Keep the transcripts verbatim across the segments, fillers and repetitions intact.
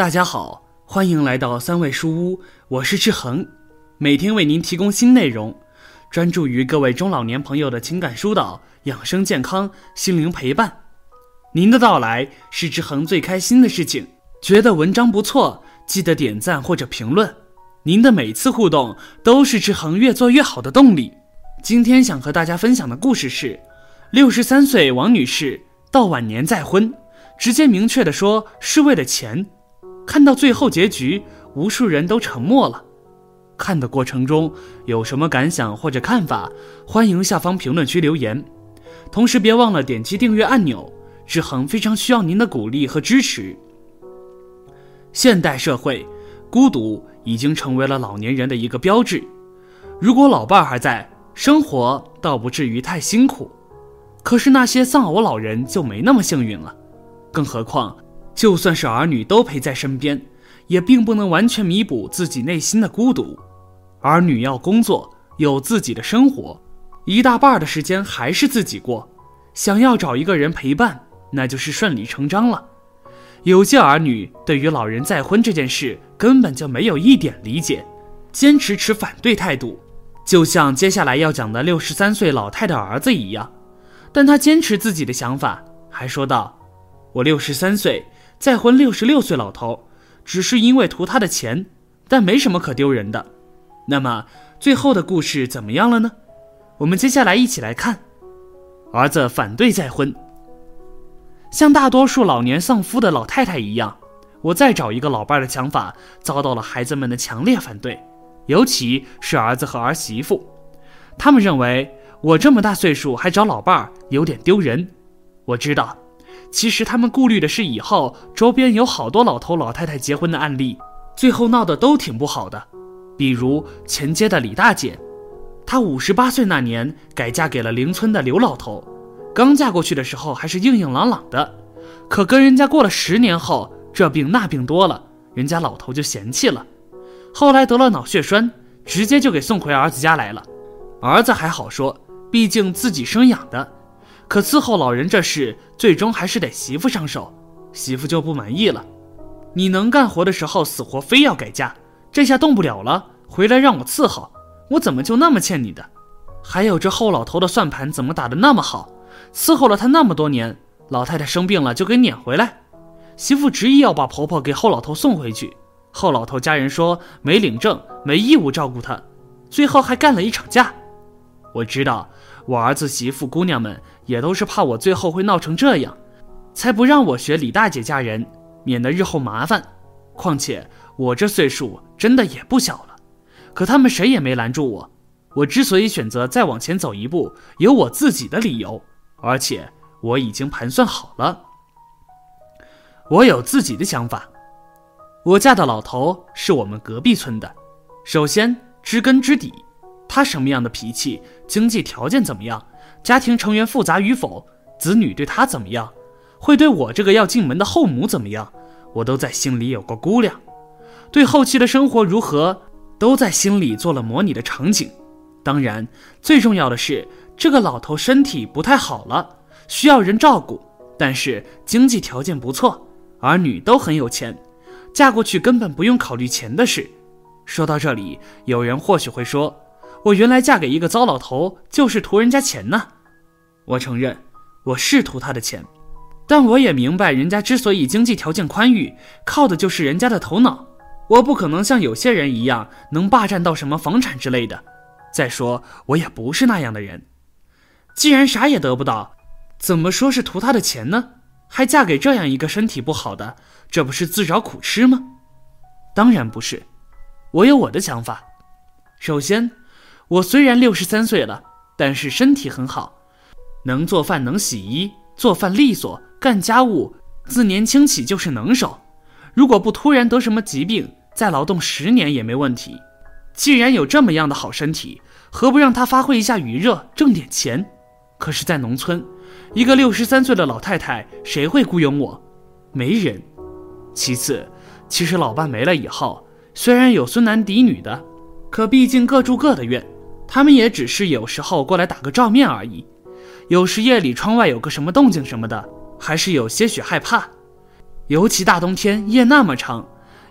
大家好，欢迎来到三味书屋，我是志恒，每天为您提供新内容，专注于各位中老年朋友的情感疏导、养生健康、心灵陪伴。您的到来是志恒最开心的事情，觉得文章不错，记得点赞或者评论。您的每次互动都是志恒越做越好的动力。今天想和大家分享的故事是六十三岁王女士到晚年再婚，直接明确地说是为了钱。看到最后结局，无数人都沉默了。看的过程中有什么感想或者看法，欢迎下方评论区留言。同时别忘了点击订阅按钮，志恒非常需要您的鼓励和支持。现代社会，孤独已经成为了老年人的一个标志。如果老伴还在，生活倒不至于太辛苦。可是那些丧偶老人就没那么幸运了。更何况就算是儿女都陪在身边，也并不能完全弥补自己内心的孤独。儿女要工作，有自己的生活，一大半的时间还是自己过。想要找一个人陪伴，那就是顺理成章了。有些儿女对于老人再婚这件事根本就没有一点理解，坚持持反对态度，就像接下来要讲的六十三岁老太的儿子一样。但他坚持自己的想法，还说道：我六十三岁再婚六十六岁老头，只是因为图他的钱，但没什么可丢人的。那么最后的故事怎么样了呢？我们接下来一起来看。儿子反对再婚。像大多数老年丧夫的老太太一样，我再找一个老伴的想法遭到了孩子们的强烈反对，尤其是儿子和儿媳妇。他们认为我这么大岁数还找老伴有点丢人。我知道其实他们顾虑的是以后周边有好多老头老太太结婚的案例，最后闹得都挺不好的。比如前街的李大姐，她五十八岁那年改嫁给了邻村的刘老头，刚嫁过去的时候还是硬硬朗朗的，可跟人家过了十年后，这病那病多了，人家老头就嫌弃了。后来得了脑血栓，直接就给送回儿子家来了。儿子还好说，毕竟自己生养的，可伺候老人这事最终还是得媳妇上手，媳妇就不满意了。你能干活的时候死活非要改嫁，这下动不了了，回来让我伺候，我怎么就那么欠你的？还有这后老头的算盘怎么打得那么好，伺候了他那么多年，老太太生病了就给撵回来。媳妇执意要把婆婆给后老头送回去，后老头家人说没领证，没义务照顾她，最后还干了一场架。我知道我儿子媳妇姑娘们也都是怕我最后会闹成这样，才不让我学李大姐嫁人，免得日后麻烦。况且我这岁数真的也不小了，可他们谁也没拦住我。我之所以选择再往前走一步，有我自己的理由，而且我已经盘算好了。我有自己的想法。我嫁的老头是我们隔壁村的，首先知根知底，他什么样的脾气，经济条件怎么样，家庭成员复杂与否，子女对他怎么样，会对我这个要进门的后母怎么样，我都在心里有过估量。对后期的生活如何，都在心里做了模拟的场景。当然最重要的是，这个老头身体不太好了，需要人照顾，但是经济条件不错，儿女都很有钱，嫁过去根本不用考虑钱的事。说到这里，有人或许会说，我原来嫁给一个糟老头就是图人家钱呢。我承认我是图他的钱，但我也明白人家之所以经济条件宽裕，靠的就是人家的头脑。我不可能像有些人一样能霸占到什么房产之类的，再说我也不是那样的人。既然啥也得不到，怎么说是图他的钱呢？还嫁给这样一个身体不好的，这不是自找苦吃吗？当然不是，我有我的想法。首先，我虽然六十三岁了，但是身体很好，能做饭，能洗衣，做饭利索，干家务，自年轻起就是能手。如果不突然得什么疾病，再劳动十年也没问题。既然有这么样的好身体，何不让他发挥一下余热，挣点钱？可是在农村，一个六十三岁的老太太，谁会雇佣我？没人。其次，其实老伴没了以后，虽然有孙男嫡女的，可毕竟各住各的院，他们也只是有时候过来打个照面而已。有时夜里窗外有个什么动静什么的，还是有些许害怕。尤其大冬天夜那么长，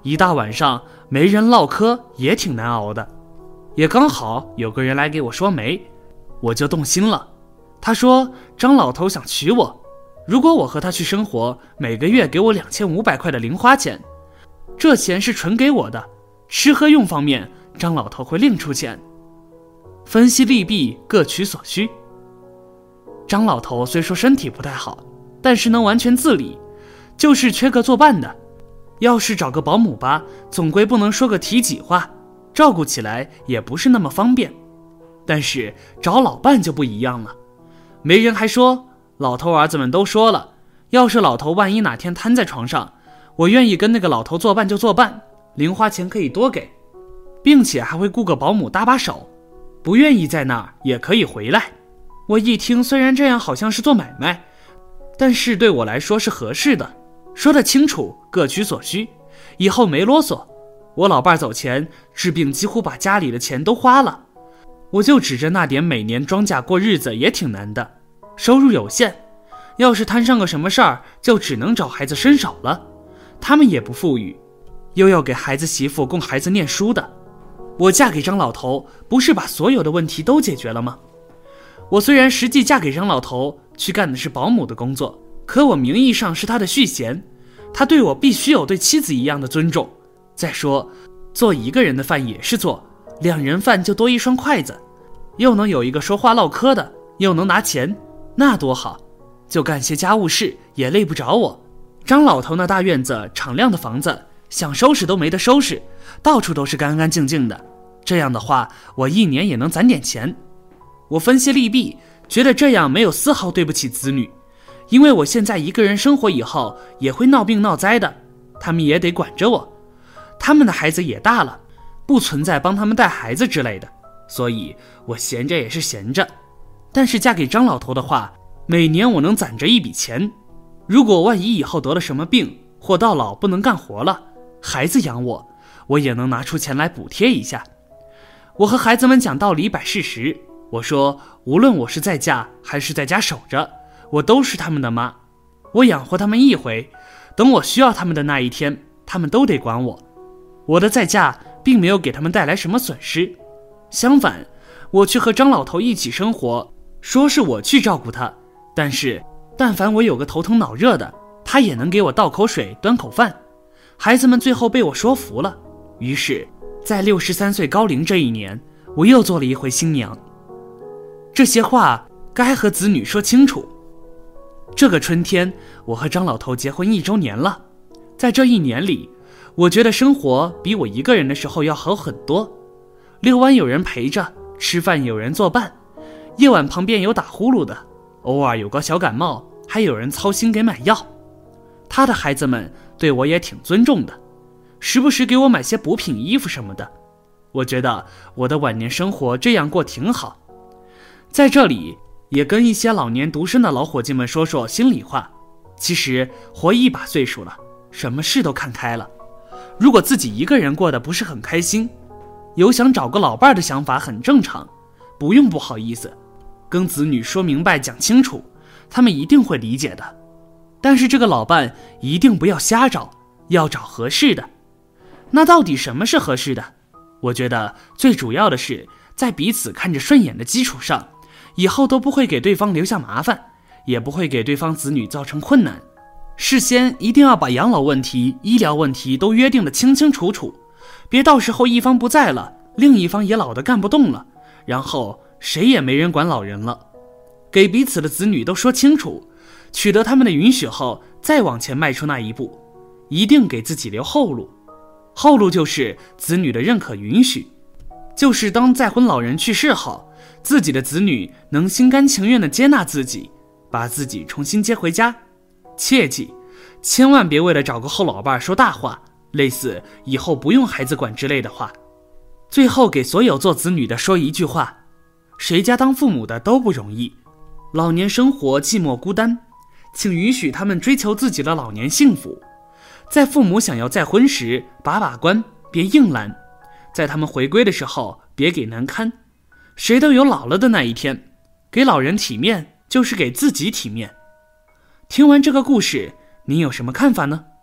一大晚上没人唠嗑也挺难熬的。也刚好有个人来给我说媒，我就动心了。他说张老头想娶我，如果我和他去生活，每个月给我两千五百块的零花钱，这钱是纯给我的，吃喝用方面张老头会另出钱，分析利弊，各取所需。张老头虽说身体不太好，但是能完全自理，就是缺个作伴的。要是找个保姆吧，总归不能说个体己话，照顾起来也不是那么方便。但是找老伴就不一样了。媒人还说，老头儿子们都说了，要是老头万一哪天瘫在床上，我愿意跟那个老头作伴就作伴，零花钱可以多给，并且还会雇个保姆搭把手，不愿意在那儿也可以回来。我一听，虽然这样好像是做买卖，但是对我来说是合适的，说得清楚，各取所需，以后没啰嗦。我老伴走前治病几乎把家里的钱都花了，我就指着那点每年庄稼过日子也挺难的，收入有限，要是摊上个什么事儿，就只能找孩子伸手了。他们也不富裕，又要给孩子媳妇供孩子念书的。我嫁给张老头，不是把所有的问题都解决了吗？我虽然实际嫁给张老头，去干的是保姆的工作，可我名义上是他的续弦，他对我必须有对妻子一样的尊重。再说，做一个人的饭也是做，两人饭就多一双筷子，又能有一个说话唠嗑的，又能拿钱，那多好。就干些家务事也累不着我。张老头那大院子，敞亮的房子，想收拾都没得收拾，到处都是干干净净的。这样的话，我一年也能攒点钱。我分析利弊，觉得这样没有丝毫对不起子女，因为我现在一个人生活以后也会闹病闹灾的，他们也得管着我，他们的孩子也大了，不存在帮他们带孩子之类的，所以我闲着也是闲着。但是嫁给张老头的话，每年我能攒着一笔钱，如果万一以后得了什么病，或到老不能干活了，孩子养我，我也能拿出钱来补贴一下。我和孩子们讲道理摆事实，我说无论我是在家还是在家守着，我都是他们的妈，我养活他们一回，等我需要他们的那一天，他们都得管我。我的在家并没有给他们带来什么损失，相反，我去和张老头一起生活，说是我去照顾他，但是但凡我有个头疼脑热的，他也能给我倒口水端口饭。孩子们最后被我说服了，于是在六十三岁高龄这一年，我又做了一回新娘。这些话该和子女说清楚。这个春天，我和张老头结婚一周年了。在这一年里，我觉得生活比我一个人的时候要好很多。遛弯有人陪着，吃饭有人作伴，夜晚旁边有打呼噜的，偶尔有个小感冒，还有人操心给买药。他的孩子们对我也挺尊重的，时不时给我买些补品衣服什么的。我觉得我的晚年生活这样过挺好。在这里也跟一些老年独身的老伙计们说说心里话，其实活一把岁数了，什么事都看开了。如果自己一个人过得不是很开心，有想找个老伴的想法很正常，不用不好意思，跟子女说明白讲清楚，他们一定会理解的。但是这个老伴一定不要瞎找，要找合适的。那到底什么是合适的？我觉得最主要的是在彼此看着顺眼的基础上，以后都不会给对方留下麻烦，也不会给对方子女造成困难。事先一定要把养老问题、医疗问题都约定得清清楚楚，别到时候一方不在了，另一方也老得干不动了，然后谁也没人管老人了。给彼此的子女都说清楚，取得他们的允许后，再往前迈出那一步，一定给自己留后路。后路就是子女的认可允许，就是当再婚老人去世后，自己的子女能心甘情愿地接纳自己，把自己重新接回家。切记，千万别为了找个后老伴说大话，类似以后不用孩子管之类的话。最后给所有做子女的说一句话，谁家当父母的都不容易，老年生活寂寞孤单，请允许他们追求自己的老年幸福。在父母想要再婚时，把把关，别硬拦，在他们回归的时候，别给难堪。谁都有老了的那一天，给老人体面就是给自己体面。听完这个故事，您有什么看法呢？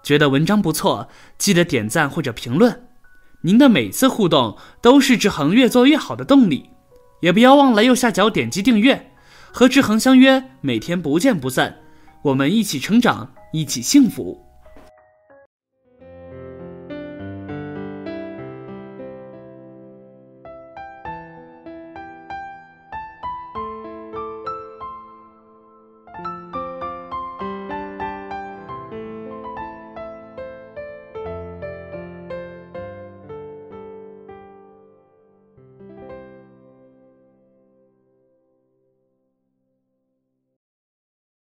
觉得文章不错，记得点赞或者评论。您的每次互动都是志恒越做越好的动力，也不要忘了右下角点击订阅，和志恒相约，每天不见不散。我们一起成长，一起幸福。